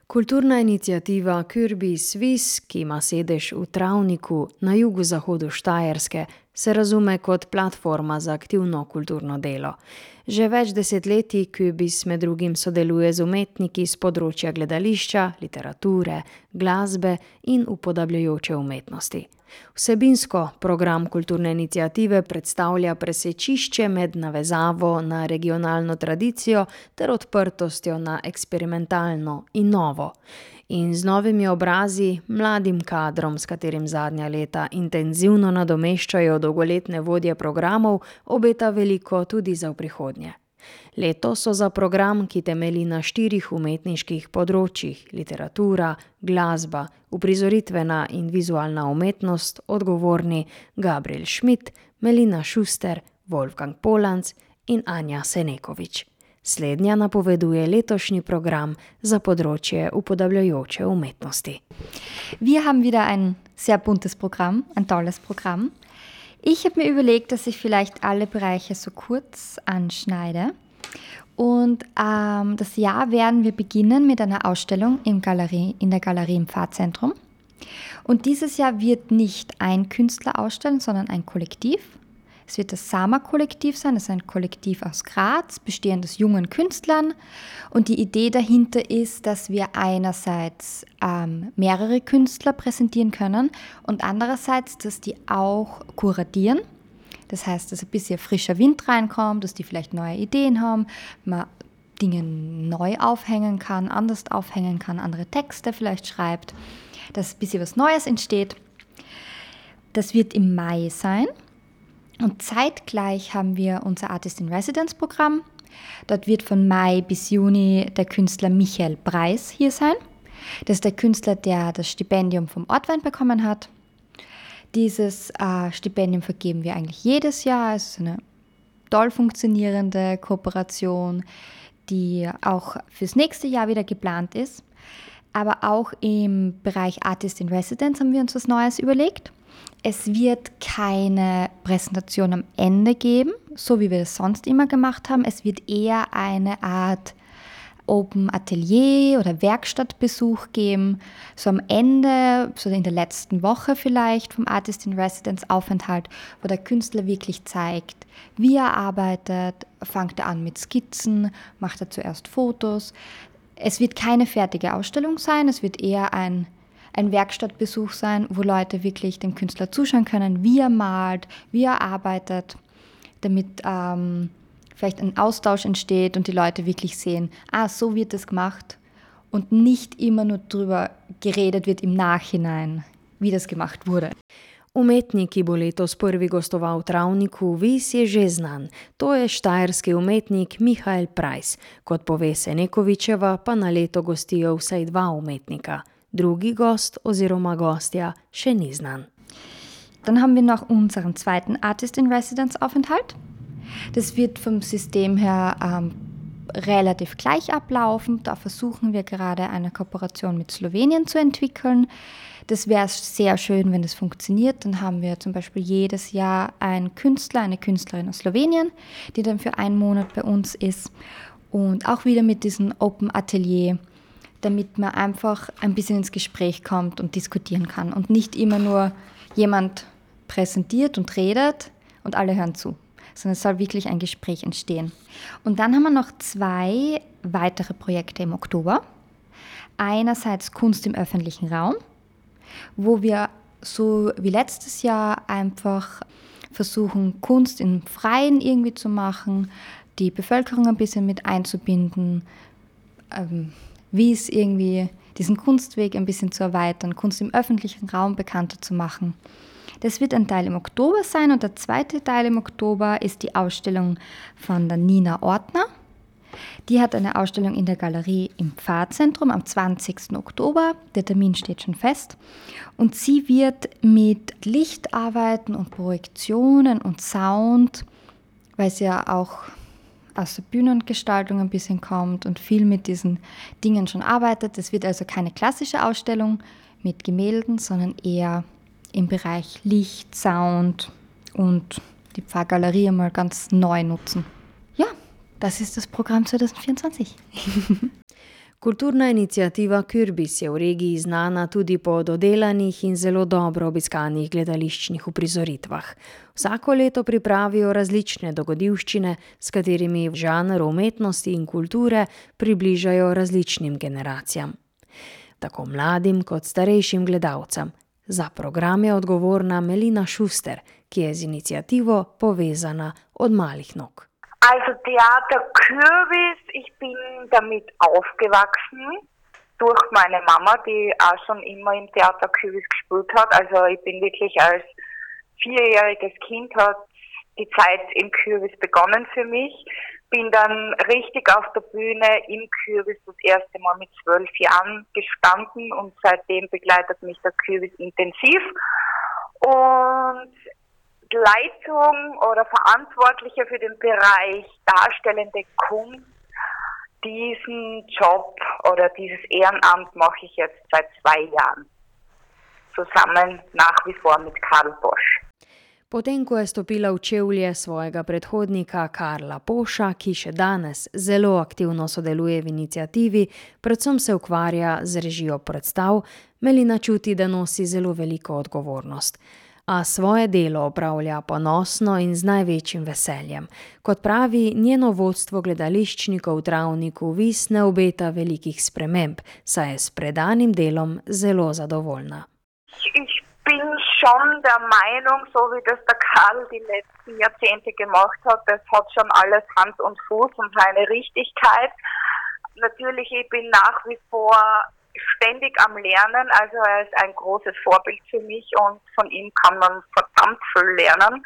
Kulturna iniciativa Kirby Swiss, ki ima sedež v Travniku na jugozahodu Štajerske, se razume kot platforma za aktivno kulturno delo. Že več desetletij Kürbis med drugim sodeluje z umetniki z področja gledališča, literature, glasbe in upodabljajoče umetnosti. Vsebinsko program kulturne iniciative predstavlja presečišče med navezavo na regionalno tradicijo ter odprtostjo na eksperimentalno in novo. In z novimi obrazi, mladim kadrom, s katerim zadnja leta intenzivno nadomeščajo dolgoletne vodje programov, obeta veliko tudi za v prihodnje. Letos so za program, ki temelji na 4 umetniških področjih, literatura, glasba, uprizoritvena in vizualna umetnost, odgovorni Gabriel Schmidt, Melina Šuster, Wolfgang Polanc in Anja Senekovič. Slednja napoveduje letošnji program za področje upodabljajoče umetnosti. Wir haben wieder ein sehr buntes Programm, ein tolles Programm. Ich habe mir überlegt, dass ich vielleicht alle Bereiche so kurz anschneide. Und das Jahr werden wir beginnen mit einer Ausstellung in der Galerie im Pfarrzentrum. Und dieses Jahr wird nicht ein Künstler ausstellen, sondern ein Kollektiv. Es wird das Sama-Kollektiv sein, das ist ein Kollektiv aus Graz, bestehend aus jungen Künstlern. Und die Idee dahinter ist, dass wir einerseits mehrere Künstler präsentieren können und andererseits, dass die auch kuratieren. Das heißt, dass ein bisschen frischer Wind reinkommt, dass die vielleicht neue Ideen haben, man Dinge neu aufhängen kann, anders aufhängen kann, andere Texte vielleicht schreibt, dass ein bisschen was Neues entsteht. Das wird im Mai sein. Und zeitgleich haben wir unser Artist-in-Residence-Programm. Dort wird von Mai bis Juni der Künstler Michael Preis hier sein. Das ist der Künstler, der das Stipendium vom Ortwein bekommen hat. Dieses Stipendium vergeben wir eigentlich jedes Jahr. Es ist eine toll funktionierende Kooperation, die auch fürs nächste Jahr wieder geplant ist. Aber auch im Bereich Artist-in-Residence haben wir uns was Neues überlegt. Es wird keine Präsentation am Ende geben, so wie wir das sonst immer gemacht haben. Es wird eher eine Art Open Atelier oder Werkstattbesuch geben, so am Ende, so in der letzten Woche vielleicht vom Artist-in-Residence-Aufenthalt, wo der Künstler wirklich zeigt, wie er arbeitet, fängt er an mit Skizzen, macht er zuerst Fotos. Es wird keine fertige Ausstellung sein, es wird eher ein Werkstattbesuch sein, wo Leute wirklich dem Künstler zuschauen können, wie er malt, wie er arbeitet, damit vielleicht ein Austausch entsteht und die Leute wirklich sehen, so wird das gemacht und nicht immer nur darüber geredet wird im Nachhinein, wie das gemacht wurde. Umetnik, ki bo letos prvi gostoval v Travniku Vis, je že znan. To je štajerski umetnik Michael Preis. Kot pove Senekovičeva, pa na leto gostijo vsaj 2 umetnika. Drugi Gast oziroma gostja še ni znan. Dann haben wir noch unseren zweiten Artist-in-Residence-Aufenthalt. Das wird vom System her relativ gleich ablaufen. Da versuchen wir gerade eine Kooperation mit Slowenien zu entwickeln. Das wäre sehr schön, wenn das funktioniert. Dann haben wir zum Beispiel jedes Jahr einen Künstler, eine Künstlerin aus Slowenien, die dann für 1 Monat bei uns ist. Und auch wieder mit diesem Open Atelier, damit man einfach ein bisschen ins Gespräch kommt und diskutieren kann. Und nicht immer nur jemand präsentiert und redet und alle hören zu, sondern es soll wirklich ein Gespräch entstehen. Und dann haben wir noch 2 weitere Projekte im Oktober. Einerseits Kunst im öffentlichen Raum, wo wir so wie letztes Jahr einfach versuchen, Kunst im Freien irgendwie zu machen, die Bevölkerung ein bisschen mit einzubinden, wie es irgendwie diesen Kunstweg ein bisschen zu erweitern, Kunst im öffentlichen Raum bekannter zu machen. Das wird ein Teil im Oktober sein und der zweite Teil im Oktober ist die Ausstellung von der Nina Ortner. Die hat eine Ausstellung in der Galerie im Pfarrzentrum am 20. Oktober. Der Termin steht schon fest. Und sie wird mit Licht arbeiten und Projektionen und Sound, weil sie ja auch aus der Bühnengestaltung ein bisschen kommt und viel mit diesen Dingen schon arbeitet. Es wird also keine klassische Ausstellung mit Gemälden, sondern eher im Bereich Licht, Sound und die Pfarrgalerie mal ganz neu nutzen. Ja, das ist das Programm 2024. Kulturna iniciativa Kürbis je v regiji znana tudi po dodelanih in zelo dobro obiskanih gledališčnih uprizoritvah. Vsako leto pripravijo različne dogodivščine, s katerimi žanr umetnosti in kulture približajo različnim generacijam. Tako mladim kot starejšim gledalcem. Za program je odgovorna Melina Schuster, ki je z iniciativo povezana od malih nog. Also Theater Kürbis, ich bin damit aufgewachsen durch meine Mama, die auch schon immer im Theater Kürbis gespielt hat. Also ich bin wirklich als 4-jähriges Kind hat die Zeit im Kürbis begonnen für mich. Bin dann richtig auf der Bühne im Kürbis das erste Mal mit 12 Jahren gestanden und seitdem begleitet mich der Kürbis intensiv. Und Leitung oder Verantwortliche für den Bereich darstellende Kunst, diesen Job oder dieses Ehrenamt mache ich jetzt seit 2 Jahren. Zusammen nach wie vor mit Karl Bosch. Potem, ko je stopila v čevlje svojega predhodnika Karla Poša, ki še danes zelo aktivno sodeluje v iniciativi, predvsem se ukvarja z režijo predstav, Melina čuti, da nosi zelo veliko odgovornost. A svoje delo opravlja ponosno in z največjim veseljem. Kot pravi, njeno vodstvo gledališčnikov v Travniku Vis ne obeta velikih sprememb, saj je s predanim delom zelo zadovoljna. Ich bin schon der Meinung, so wie das der Karl die letzten Jahrzehnte gemacht hat, das hat schon alles Hand und Fuß und seine Richtigkeit. Natürlich, ich bin nach wie vor ständig am Lernen, also er ist ein großes Vorbild für mich und von ihm kann man verdammt viel lernen.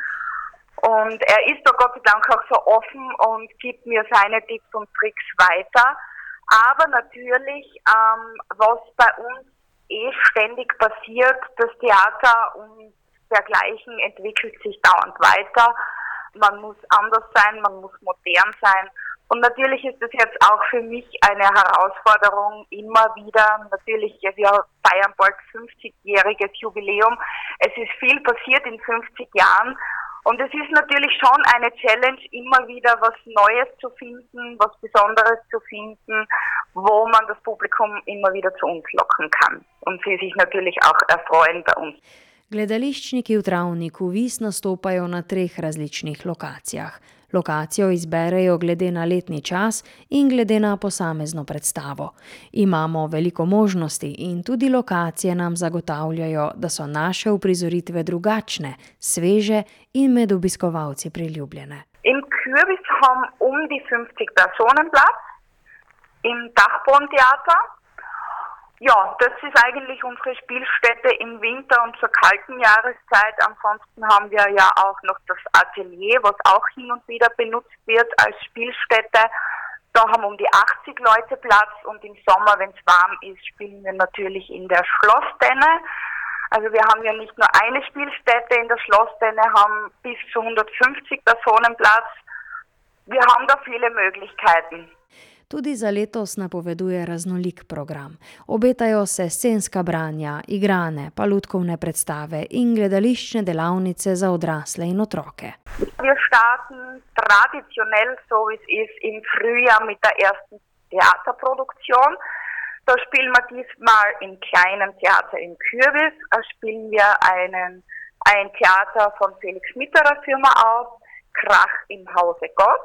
Und er ist da Gott sei Dank auch so offen und gibt mir seine Tipps und Tricks weiter. Aber natürlich, was bei uns ständig passiert, das Theater und dergleichen entwickelt sich dauernd weiter. Man muss anders sein, man muss modern sein. Und natürlich ist es jetzt auch für mich eine Herausforderung, immer wieder, natürlich, wir feiern bald 50-jähriges Jubiläum. Es ist viel passiert in 50 Jahren. Und es ist natürlich schon eine Challenge, immer wieder was Neues zu finden, was Besonderes zu finden, wo man das Publikum immer wieder zu uns locken kann. Und sie sich natürlich auch erfreuen bei uns. Gledališčniki v Travniku Vis nastopajo na 3 različnih lokacijah. Lokacijo izberejo glede na letni čas in glede na posamezno predstavo. Imamo veliko možnosti in tudi lokacije nam zagotavljajo, da so naše uprizoritve drugačne, sveže in med obiskovalci priljubljene. Im Kürbis haben die 50 Personen Platz, im Dachbodentheater. Ja, das ist eigentlich unsere Spielstätte im Winter und zur kalten Jahreszeit. Ansonsten haben wir ja auch noch das Atelier, was auch hin und wieder benutzt wird als Spielstätte. Da haben die 80 Leute Platz und im Sommer, wenn es warm ist, spielen wir natürlich in der Schlosstenne. Also wir haben ja nicht nur eine Spielstätte in der Schlosstenne, haben bis zu 150 Personen Platz. Wir haben da viele Möglichkeiten. Tudi za letos napoveduje raznolik program. Obetajo se scenska branja, igrane, pa lutkovne predstave in gledališčne delavnice za odrasle in otroke. Wir starten traditionell, so wie es ist, im Frühjahr mit der ersten Theaterproduktion. Da spielen wir diesmal im kleinen Theater in Kürbis. Da spielen wir ein Theater von Felix Mitterer Firma auf, Krach im Hause Gott.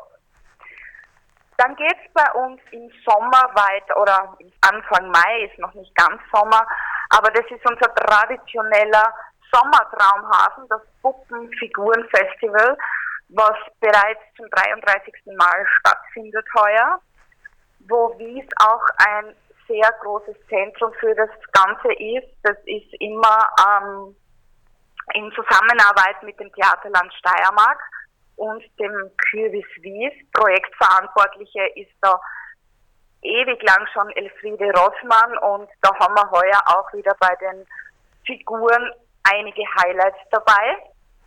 Dann geht es bei uns im Sommer weiter, oder Anfang Mai ist noch nicht ganz Sommer, aber das ist unser traditioneller Sommertraumhafen, das Puppenfigurenfestival, was bereits zum 33. Mal stattfindet heuer, wo Wies auch ein sehr großes Zentrum für das Ganze ist. Das ist immer in Zusammenarbeit mit dem Theaterland Steiermark und dem Kürbis Wies. Projektverantwortliche ist da ewig lang schon Elfriede Rossmann und da haben wir heuer auch wieder bei den Figuren einige Highlights dabei.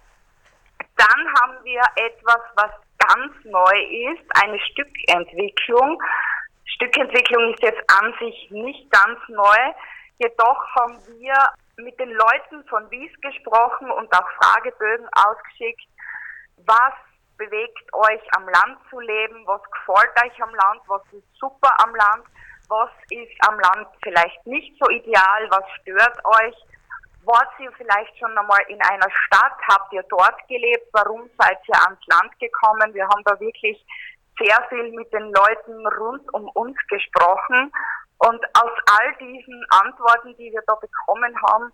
Dann haben wir etwas, was ganz neu ist, eine Stückentwicklung. Stückentwicklung ist jetzt an sich nicht ganz neu, jedoch haben wir mit den Leuten von Wies gesprochen und auch Fragebögen ausgeschickt. Was bewegt euch am Land zu leben? Was gefällt euch am Land? Was ist super am Land? was ist am Land vielleicht nicht so ideal, was stört euch? Wart ihr vielleicht schon einmal in einer Stadt? Habt ihr dort gelebt? Warum seid ihr ans Land gekommen? Wir haben da wirklich sehr viel mit den Leuten rund um uns gesprochen. Und aus all diesen Antworten, die wir da bekommen haben,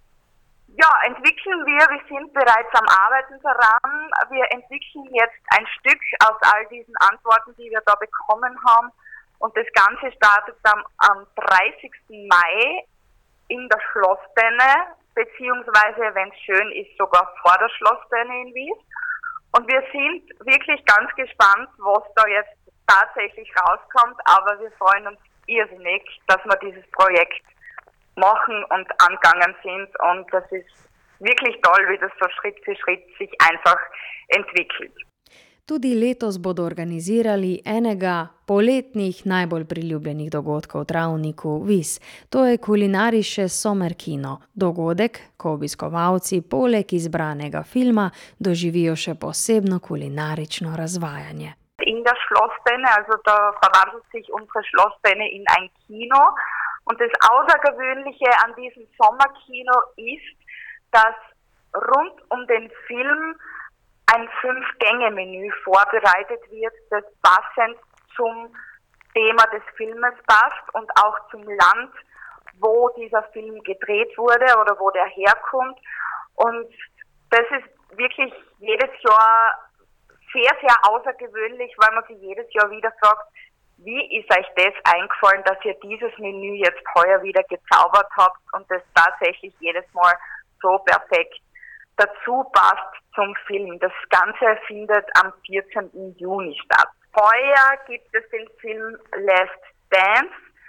ja, entwickeln wir sind bereits am Arbeiten daran. Wir entwickeln jetzt ein Stück aus all diesen Antworten, die wir da bekommen haben. Und das Ganze startet dann am 30. Mai in der Schlossbenne, beziehungsweise, wenn es schön ist, sogar vor der Schlossbenne in Wies. Und wir sind wirklich ganz gespannt, was da jetzt tatsächlich rauskommt, aber wir freuen uns irrsinnig, dass wir dieses Projekt machen und angegangen sind, und das ist wirklich toll, wie das so Schritt für Schritt sich einfach entwickelt. Tudi letos bodo organizirali enega poletnih najbolj priljubljenih dogodkov v Travniku Vis. To je kulinariše Sommerkino, dogodek, ko obiskovalci poleg izbranega filma doživijo še posebno kulinarično razvajanje. In der Schlossbenne, also da verwandelt sich unsere Schlossbenne in ein Kino. Und das Außergewöhnliche an diesem Sommerkino ist, dass rund um den Film ein 5-Gänge-Menü vorbereitet wird, das passend zum Thema des Filmes passt und auch zum Land, wo dieser Film gedreht wurde oder wo der herkommt. Und das ist wirklich jedes Jahr sehr, sehr außergewöhnlich, weil man sich jedes Jahr wieder fragt, wie ist euch das eingefallen, dass ihr dieses Menü jetzt heuer wieder gezaubert habt und das tatsächlich jedes Mal so perfekt dazu passt zum Film. Das Ganze findet am 14. Juni statt. Heuer gibt es den Film Last Dance,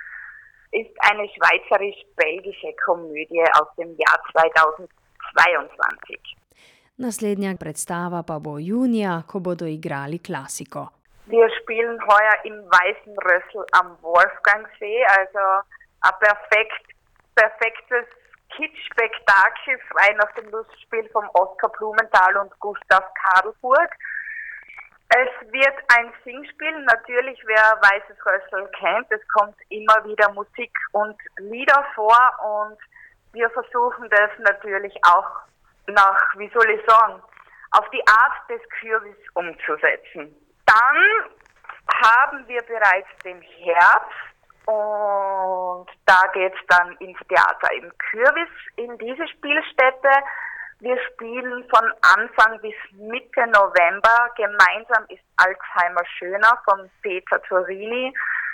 ist eine schweizerisch-belgische Komödie aus dem Jahr 2022. Naslednja predstava pa bo junija, ko bodo igrali klasiko. Wir spielen heuer im Weißen Rössl am Wolfgangsee, also ein perfektes Kitsch-Spektakel, frei nach dem Lustspiel von Oskar Blumenthal und Gustav Kadelburg. Es wird ein Singspiel, natürlich wer Weißes Rössl kennt, es kommt immer wieder Musik und Lieder vor und wir versuchen das natürlich auch auf die Art des Kürbis umzusetzen. Dann haben wir bereits den Herbst und da geht es dann ins Theater im Kürbis, in diese Spielstätte. Wir spielen von Anfang bis Mitte November. Gemeinsam ist Alzheimer schöner von Peter Turini.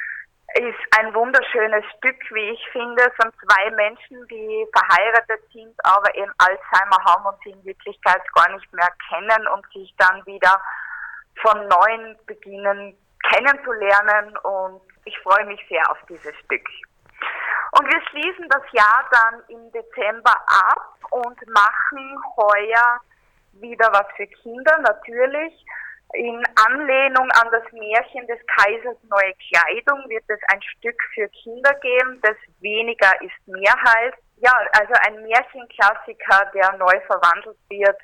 Ist ein wunderschönes Stück, wie ich finde. Es sind 2 Menschen, die verheiratet sind, aber eben Alzheimer haben und sie in Wirklichkeit gar nicht mehr kennen und sich dann wieder von Neuem beginnen kennenzulernen, und ich freue mich sehr auf dieses Stück. Und wir schließen das Jahr dann im Dezember ab und machen heuer wieder was für Kinder, natürlich. In Anlehnung an das Märchen des Kaisers Neue Kleidung wird es ein Stück für Kinder geben, das Weniger ist mehr heißt. Ja, also ein Märchenklassiker, der neu verwandelt wird,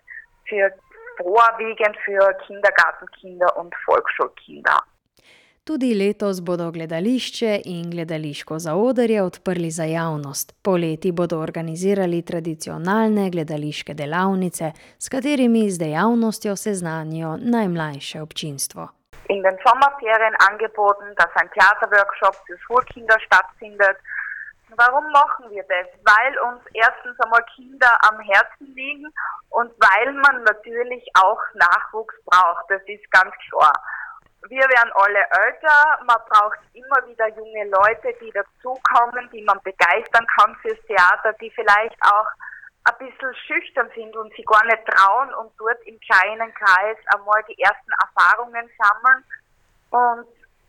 vorwiegend für Kindergartenkinder und Volksschulkinder. Tudi letos bodo gledališče in gledališko zaodrje odprli za javnost. Poleti bodo organizirali tradicionalne gledališke delavnice, s katerimi z dejavnostjo seznanijo najmlajše občinstvo. In den Sommerferien angeboten, dass ein Theaterworkshop für Schulkinder stattfindet. Warum machen wir das? Weil uns erstens einmal Kinder am Herzen liegen und weil man natürlich auch Nachwuchs braucht. Das ist ganz klar. Wir werden alle älter, man braucht immer wieder junge Leute, die dazukommen, die man begeistern kann fürs Theater, die vielleicht auch ein bisschen schüchtern sind und sich gar nicht trauen und dort im kleinen Kreis einmal die ersten Erfahrungen sammeln. Und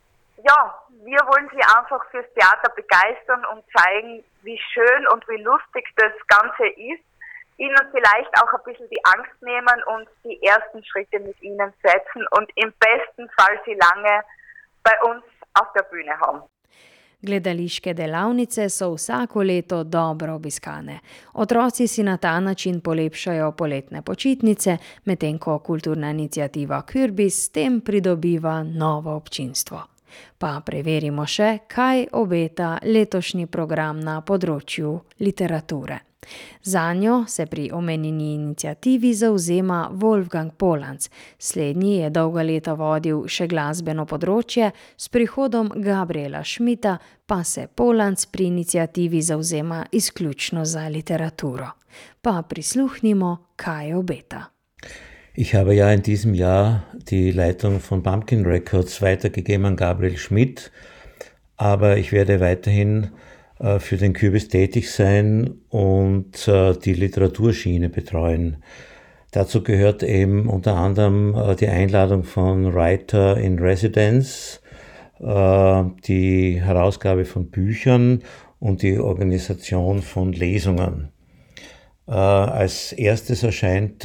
ja, wir wollen sie einfach fürs Theater begeistern und zeigen, wie schön und wie lustig das Ganze ist. Ihnen vielleicht auch ein bisschen die Angst nehmen und die ersten Schritte mit ihnen setzen und im besten Fall sie lange bei uns auf der Bühne haben. Gledališke delavnice so vsako leto dobro obiskane. Otroci si na ta način polepšajo poletne počitnice, medtem ko kulturna iniciativa Kürbis s tem pridobiva novo občinstvo. Pa preverimo še, kaj obeta letošnji program na področju literature. Zanjo se pri omenjeni iniciativi zavzema Wolfgang Polanc. Slednji je dolga leta vodil še glasbeno področje, s prihodom Gabriela Schmidta pa se Polanc pri iniciativi zavzema izključno za literaturo. Pa prisluhnimo, kaj obeta. Ich habe ja in diesem Jahr die Leitung von Pumpkin Records weitergegeben an Gabriel Schmidt, aber ich werde weiterhin für den Kürbis tätig sein und die Literaturschiene betreuen. Dazu gehört eben unter anderem die Einladung von Writer in Residence, die Herausgabe von Büchern und die Organisation von Lesungen. Als erstes erscheint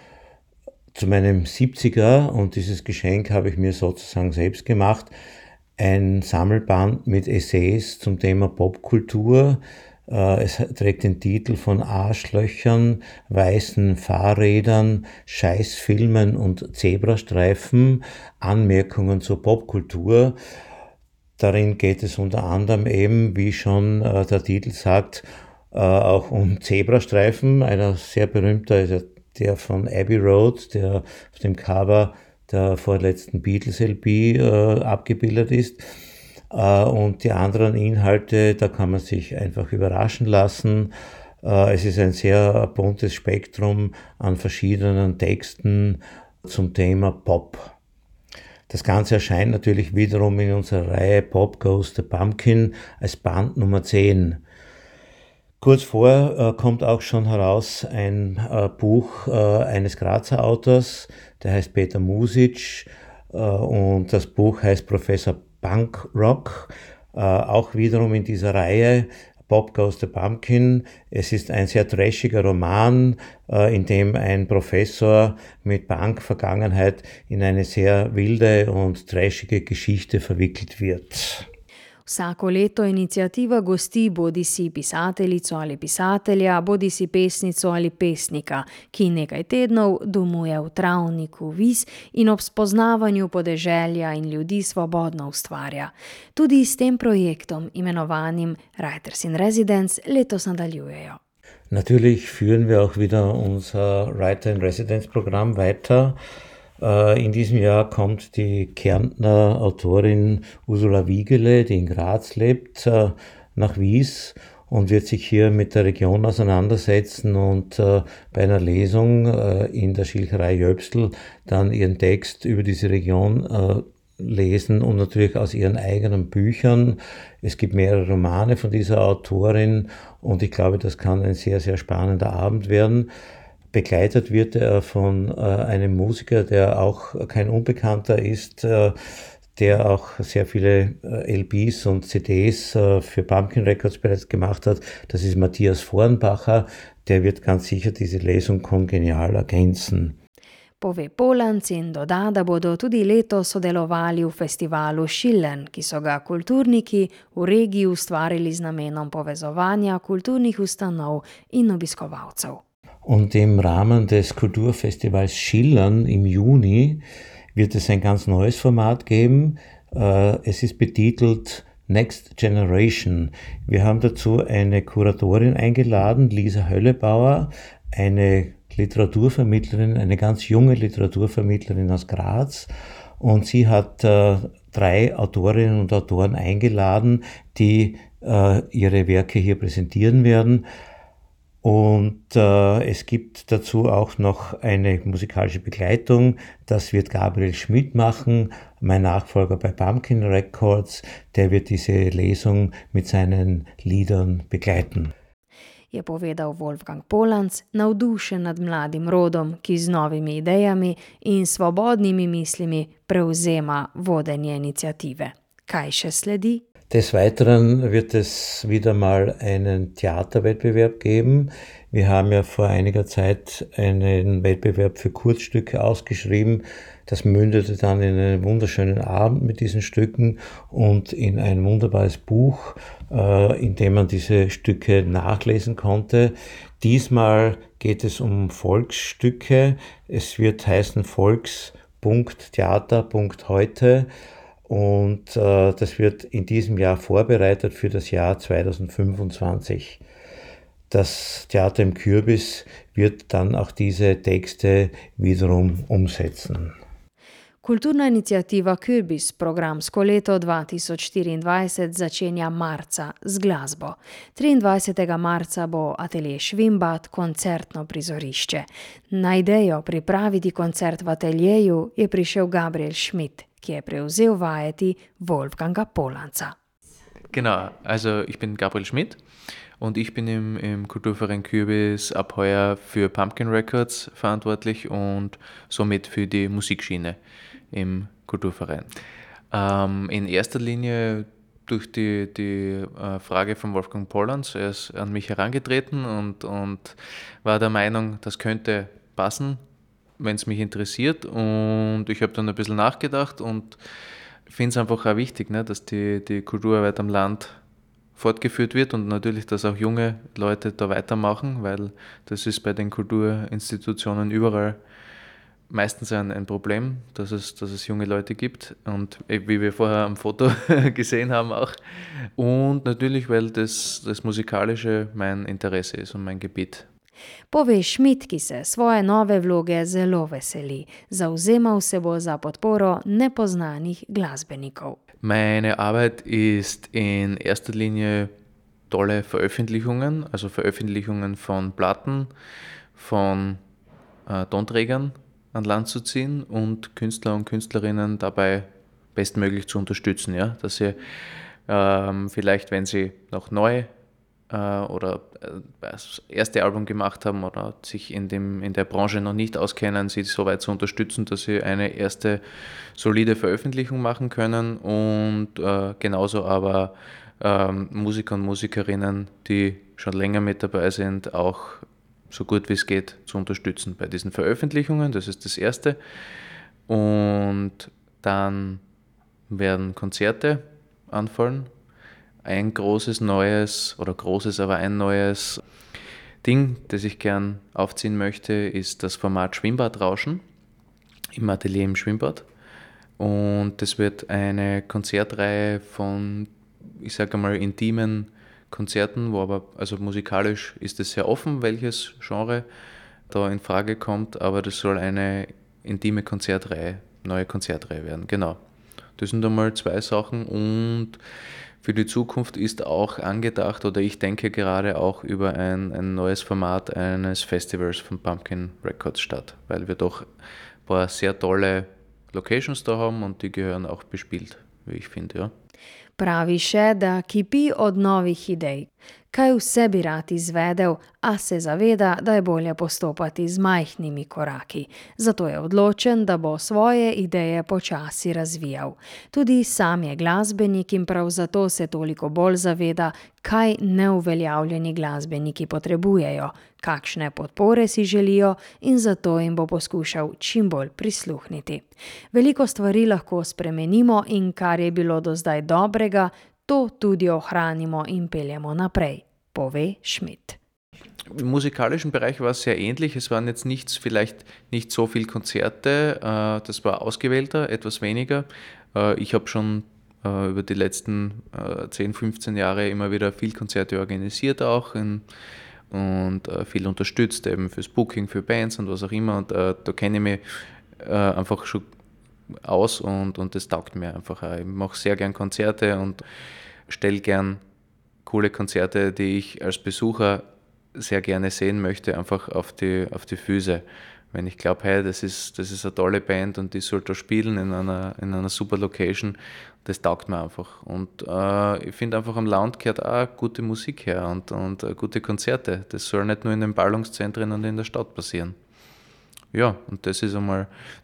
zu meinem 70er, und dieses Geschenk habe ich mir sozusagen selbst gemacht, ein Sammelband mit Essays zum Thema Popkultur. Es trägt den Titel von Arschlöchern, weißen Fahrrädern, Scheißfilmen und Zebrastreifen, Anmerkungen zur Popkultur. Darin geht es unter anderem eben, wie schon der Titel sagt, auch um Zebrastreifen. Einer sehr berühmter ist der von Abbey Road, der auf dem Cover der vorletzten Beatles-LP abgebildet ist. Und die anderen Inhalte, da kann man sich einfach überraschen lassen. Es ist ein sehr buntes Spektrum an verschiedenen Texten zum Thema Pop. Das Ganze erscheint natürlich wiederum in unserer Reihe Pop Goes the Pumpkin als Band Nummer 10. Kurz vor kommt auch schon heraus ein Buch eines Grazer Autors, der heißt Peter Music, und das Buch heißt Professor Punkrock, auch wiederum in dieser Reihe Pop Goes the Pumpkin. Es ist ein sehr trashiger Roman, in dem ein Professor mit Punk-Vergangenheit in eine sehr wilde und trashige Geschichte verwickelt wird. Vsako leto iniciativa gosti bodisi pisateljico ali pisatelja, bodisi pesnico ali pesnika, ki nekaj tednov domuje v travniku Vis in ob spoznavanju podeželja in ljudi svobodno ustvarja. Tudi s tem projektom, imenovanim Writers in Residence, letos nadaljujejo. Natürlich führen wir auch wieder unser Writer in Residence Programm weiter. In diesem Jahr kommt die Kärntner Autorin Ursula Wiegele, die in Graz lebt, nach Wies und wird sich hier mit der Region auseinandersetzen und bei einer Lesung in der Schilcherei Jöbstl dann ihren Text über diese Region lesen und natürlich aus ihren eigenen Büchern. Es gibt mehrere Romane von dieser Autorin und ich glaube, das kann ein sehr, sehr spannender Abend werden. Begleitet wird er von einem Musiker, der auch kein Unbekannter ist, der auch sehr viele LPs und CDs für Pumpkin Records bereits gemacht hat. Das ist Matthias Vorenbacher. Der wird ganz sicher diese Lesung kongenial ergänzen. Pove Polanc in doda, da bodo tudi letos sodelovali v festivalu Schillen, ki so ga kulturniki v regiji ustvarili z namenom povezovanja kulturnih ustanov in obiskovalcev. Und im Rahmen des Kulturfestivals Schillern im Juni wird es ein ganz neues Format geben. Es ist betitelt Next Generation. Wir haben dazu eine Kuratorin eingeladen, Lisa Höllebauer, eine Literaturvermittlerin, eine ganz junge Literaturvermittlerin aus Graz. Und sie hat 3 Autorinnen und Autoren eingeladen, die ihre Werke hier präsentieren werden. Und es gibt dazu auch noch eine musikalische Begleitung. Das wird Gabriel Schmidt machen, mein Nachfolger bei Pumpkin Records. Der wird diese Lesung mit seinen Liedern begleiten. Je povedal Wolfgang Polanc, navdušen nad mladim rodom, ki z novimi idejami in svobodnimi mislimi prevzema vodenje iniciative. Kaj še sledi? Des Weiteren wird es wieder mal einen Theaterwettbewerb geben. Wir haben ja vor einiger Zeit einen Wettbewerb für Kurzstücke ausgeschrieben. Das mündete dann in einen wunderschönen Abend mit diesen Stücken und in ein wunderbares Buch, in dem man diese Stücke nachlesen konnte. Diesmal geht es um Volksstücke. Es wird heißen volks.theater.heute. und das wird in diesem Jahr vorbereitet für das Jahr 2025. Das Theater im Kürbis wird dann auch diese Texte wiederum umsetzen. Kulturna iniciativa Kürbis programsko leto 2024 začenja marca z glasbo. 23. marca bo atelje Švimbad koncertno prizorišče. Na idejo pripraviti koncert v ateljeju je prišel Gabriel Schmidt, ki je prevzel vajeti Wolfganga Polanca. Genau, also ich bin Gabriel Schmidt und ich bin im Kulturverein Kürbis ab heuer für Pumpkin Records verantwortlich und somit für die Musikschiene im Kulturverein. In erster Linie durch die Frage von Wolfgang Polanc. Er ist an mich herangetreten und war der Meinung, das könnte passen, wenn es mich interessiert. Und ich habe dann ein bisschen nachgedacht und finde es einfach auch wichtig, ne, dass die Kulturarbeit am Land fortgeführt wird und natürlich, dass auch junge Leute da weitermachen, weil das ist bei den Kulturinstitutionen überall meistens ein Problem, dass es junge Leute gibt und wie wir vorher am Foto gesehen haben auch. Und natürlich, weil das Musikalische mein Interesse ist und mein Gebiet. Pove Schmidt, ki se svoje nove vloge zelo veseli. Zavzemal se bo za podporo nepoznanih glasbenikov. Meine Arbeit ist in erster Linie tolle Veröffentlichungen, also Veröffentlichungen von Platten, von Tonträgern an Land zu ziehen und Künstler und Künstlerinnen dabei bestmöglich zu unterstützen, ja? Dass sie vielleicht, wenn sie noch neu oder das erste Album gemacht haben oder sich in der Branche noch nicht auskennen, sie so weit zu unterstützen, dass sie eine erste solide Veröffentlichung machen können und genauso aber Musiker und Musikerinnen, die schon länger mit dabei sind, auch so gut wie es geht zu unterstützen bei diesen Veröffentlichungen. Das ist das Erste. Und dann werden Konzerte anfallen. Ein neues Ding, das ich gern aufziehen möchte, ist das Format Schwimmbadrauschen im Atelier im Schwimmbad. Und das wird eine Konzertreihe von, ich sage mal, intimen Konzerten, wo aber, also musikalisch ist es sehr offen, welches Genre da in Frage kommt, aber das soll eine intime Konzertreihe, neue Konzertreihe werden, genau. Das sind einmal zwei Sachen und für die Zukunft ist auch angedacht, oder ich denke gerade auch über ein neues Format eines Festivals von Pumpkin Records statt, weil wir doch ein paar sehr tolle Locations da haben und die gehören auch bespielt, wie ich finde, ja. Pravi še, da kipi od novih idej. Kaj vse bi rad izvedel, a se zaveda, da je bolje postopati z majhnimi koraki. Zato je odločen, da bo svoje ideje počasi razvijal. Tudi sam je glasbenik in prav zato se toliko bolj zaveda, kaj neuveljavljeni glasbeniki potrebujejo, kakšne podpore si želijo in zato jim bo poskušal čim bolj prisluhniti. Veliko stvari lahko spremenimo in kar je bilo do zdaj dobrega, to tudi ohranimo in peljemo naprej, pove Schmidt. Im musikalischen Bereich war es sehr ähnlich. Es waren jetzt vielleicht nicht so viele Konzerte. Das war ausgewählter, etwas weniger. Ich habe schon über die letzten 10, 15 Jahre immer wieder viel Konzerte organisiert auch und viel unterstützt, eben fürs Booking, für Bands und was auch immer. Und da kenne ich mich einfach schon aus und das taugt mir einfach auch. Ich mache sehr gern Konzerte und stelle gern coole Konzerte, die ich als Besucher sehr gerne sehen möchte, einfach auf die Füße. Wenn ich glaube, hey, das ist eine tolle Band und die soll da spielen in einer super Location, das taugt mir einfach. Und ich finde einfach, am Land gehört auch gute Musik her und gute Konzerte. Das soll nicht nur in den Ballungszentren und in der Stadt passieren. Ja, und das ist ein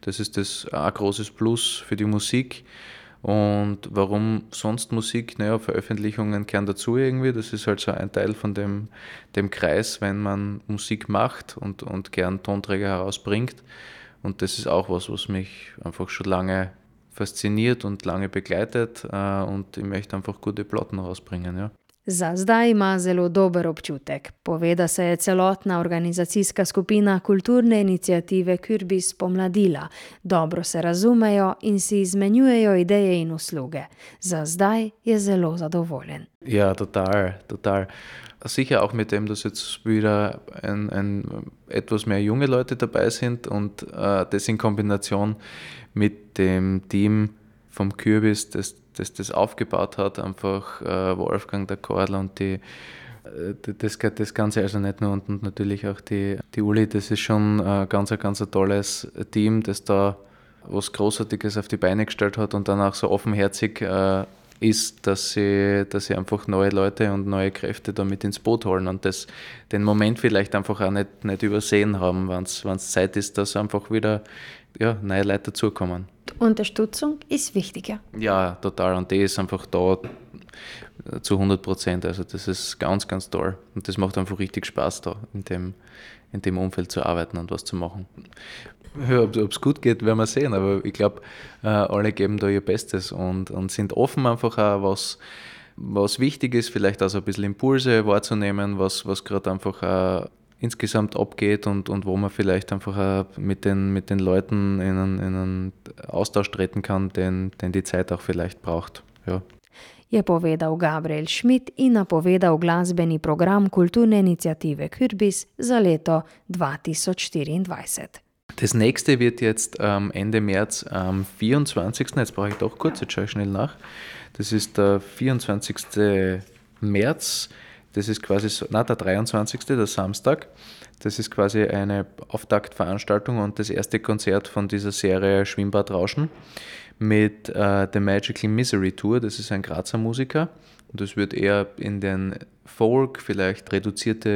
großes Plus für die Musik. Und warum sonst Musik? Naja, Veröffentlichungen gehören dazu irgendwie. Das ist halt so ein Teil von dem Kreis, wenn man Musik macht und gern Tonträger herausbringt. Und das ist auch was mich einfach schon lange fasziniert und lange begleitet. Und ich möchte einfach gute Platten rausbringen, ja. Za zdaj ima zelo dober občutek, pove, da se je celotna organizacijska skupina kulturne iniciative Kürbis pomladila, dobro se razumejo in si izmenjujejo ideje in usluge. Za zdaj je zelo zadovoljen. Ja, total. Sicher auch mit dem, dass jetzt wieder etwas mehr junge Leute dabei sind und das in Kombination mit dem Team vom Kürbis, das aufgebaut hat, einfach Wolfgang, der Kordel und das Ganze, also nicht nur und natürlich auch die Uli, das ist schon ein ganz tolles Team, das da was Großartiges auf die Beine gestellt hat und dann auch so offenherzig ist, dass sie einfach neue Leute und neue Kräfte da mit ins Boot holen und den Moment vielleicht einfach auch nicht übersehen haben, wenn es Zeit ist, dass einfach wieder neue Leute dazukommen. Unterstützung ist wichtiger. Ja, total. Und die ist einfach da zu 100%. Also das ist ganz toll. Und das macht einfach richtig Spaß, da in dem Umfeld zu arbeiten und was zu machen. Ja, ob es gut geht, werden wir sehen. Aber ich glaube, alle geben da ihr Bestes und sind offen einfach auch, was wichtig ist, vielleicht auch so ein bisschen Impulse wahrzunehmen, was gerade einfach insgesamt abgeht und wo man vielleicht einfach mit den Leuten in einen Austausch treten kann, den die Zeit auch vielleicht braucht. Ja. Je povedal Gabriel Schmidt in napovedal glasbeni program kulturne iniciative Kürbis za leto 2024. Das nächste wird jetzt Ende März am 24. Jetzt brauche ich doch kurz, jetzt schaue ich schnell nach. Das ist der 24. März. Das ist quasi der 23., der Samstag. Das ist quasi eine Auftaktveranstaltung und das erste Konzert von dieser Serie Schwimmbadrauschen mit The Magical Misery Tour. Das ist ein Grazer Musiker und das wird eher in den Folk, vielleicht im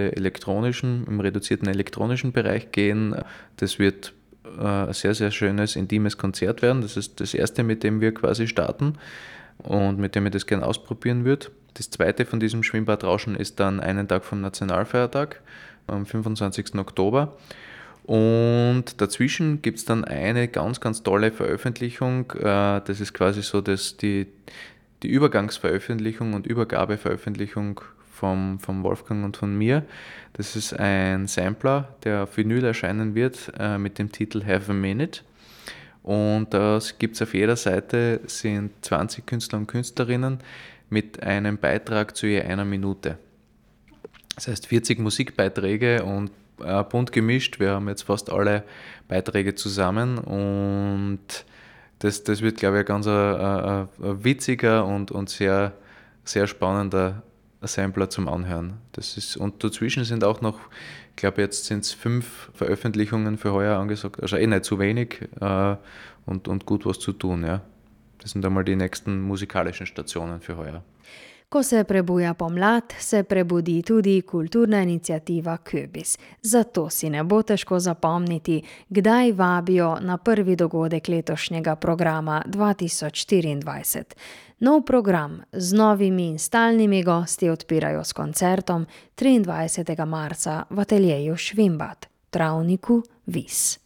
reduzierten elektronischen Bereich gehen. Das wird ein sehr schönes, intimes Konzert werden. Das ist das erste, mit dem wir quasi starten und mit dem ich das gerne ausprobieren würde. Das zweite von diesem Schwimmbadrauschen ist dann einen Tag vom Nationalfeiertag, am 25. Oktober. Und dazwischen gibt es dann eine ganz tolle Veröffentlichung. Das ist quasi so die Übergangsveröffentlichung und Übergabeveröffentlichung vom Wolfgang und von mir. Das ist ein Sampler, der auf Vinyl erscheinen wird mit dem Titel Have a Minute. Und das gibt es auf jeder Seite, sind 20 Künstler und Künstlerinnen mit einem Beitrag zu je einer Minute. Das heißt 40 Musikbeiträge und bunt gemischt. Wir haben jetzt fast alle Beiträge zusammen und das wird, glaube ich, ein ganz witziger und sehr spannender Sampler zum Anhören. Und dazwischen sind auch noch, ich glaube, jetzt sind es 5 Veröffentlichungen für heuer angesagt, also nicht zu wenig und gut was zu tun, ja. Das sind einmal die nächsten musikalischen Stationen für heuer. Ko se prebuja pomlad, se prebudi tudi kulturna iniciativa Kürbis. Zato si ne bo težko zapomniti, kdaj vabijo na prvi dogodek letošnjega programa 2024. Nov program z novimi in stalnimi gosti odpirajo s koncertom 23. marca v ateljeju Švimbad, Travniku, Vis.